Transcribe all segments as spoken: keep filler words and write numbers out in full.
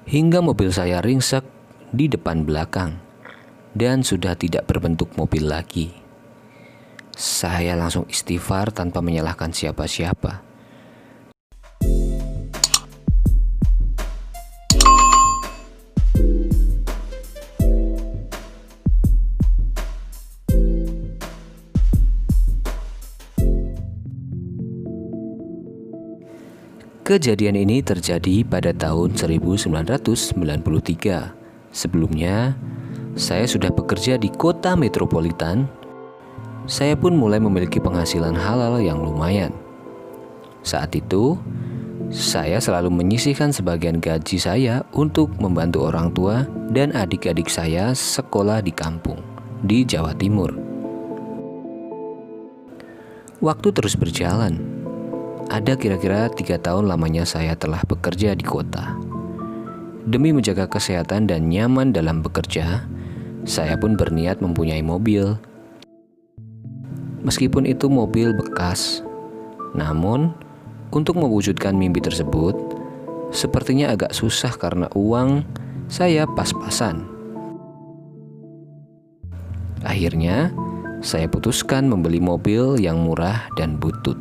hingga mobil saya ringsek di depan belakang dan sudah tidak berbentuk mobil lagi. Saya langsung istighfar tanpa menyalahkan siapa-siapa. Kejadian ini terjadi pada tahun seribu sembilan ratus sembilan puluh tiga. Sebelumnya, saya sudah bekerja di kota metropolitan. Saya pun mulai memiliki penghasilan halal yang lumayan. Saat itu, saya selalu menyisihkan sebagian gaji saya untuk membantu orang tua dan adik-adik saya sekolah di kampung, di Jawa Timur. Waktu terus berjalan. Ada kira-kira tiga tahun lamanya saya telah bekerja di kota. Demi menjaga kesehatan dan nyaman dalam bekerja, saya pun berniat mempunyai mobil. Meskipun itu mobil bekas, namun untuk mewujudkan mimpi tersebut, sepertinya agak susah karena uang saya pas-pasan. Akhirnya, saya putuskan membeli mobil yang murah dan butut.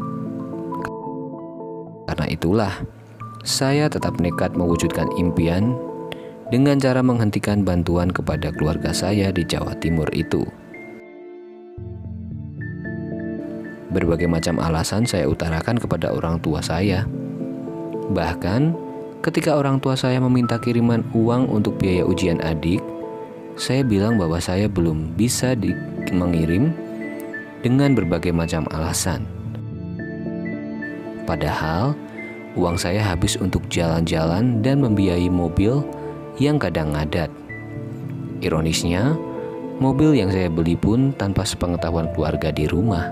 Karena itulah, saya tetap nekat mewujudkan impian dengan cara menghentikan bantuan kepada keluarga saya di Jawa Timur itu. Berbagai macam alasan saya utarakan kepada orang tua saya. Bahkan, ketika orang tua saya meminta kiriman uang untuk biaya ujian adik, saya bilang bahwa saya belum bisa di- mengirim dengan berbagai macam alasan. Padahal, uang saya habis untuk jalan-jalan dan membiayai mobil yang kadang ngadat. Ironisnya, mobil yang saya beli pun tanpa sepengetahuan keluarga di rumah.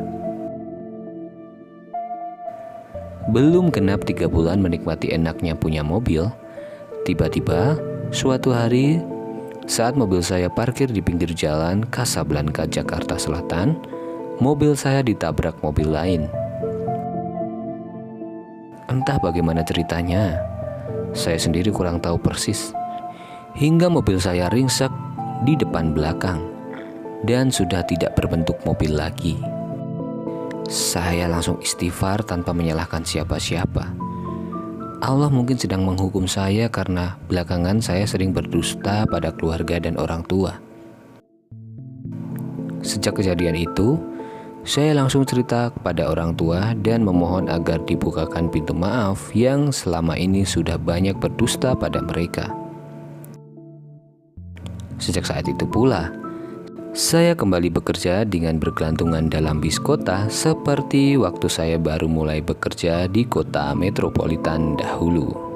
Belum genap tiga bulan menikmati enaknya punya mobil, tiba-tiba suatu hari saat mobil saya parkir di pinggir jalan Kasablanka, Jakarta Selatan, mobil saya ditabrak mobil lain. Entah bagaimana ceritanya, saya sendiri kurang tahu persis. Hingga mobil saya ringsek di depan belakang dan sudah tidak berbentuk mobil lagi. Saya langsung istighfar tanpa menyalahkan siapa-siapa. Allah mungkin sedang menghukum saya karena belakangan saya sering berdusta pada keluarga dan orang tua. Sejak kejadian itu, saya langsung cerita kepada orang tua dan memohon agar dibukakan pintu maaf yang selama ini sudah banyak berdusta pada mereka. Sejak saat itu pula, saya kembali bekerja dengan bergelantungan dalam bis kota seperti waktu saya baru mulai bekerja di kota metropolitan dahulu.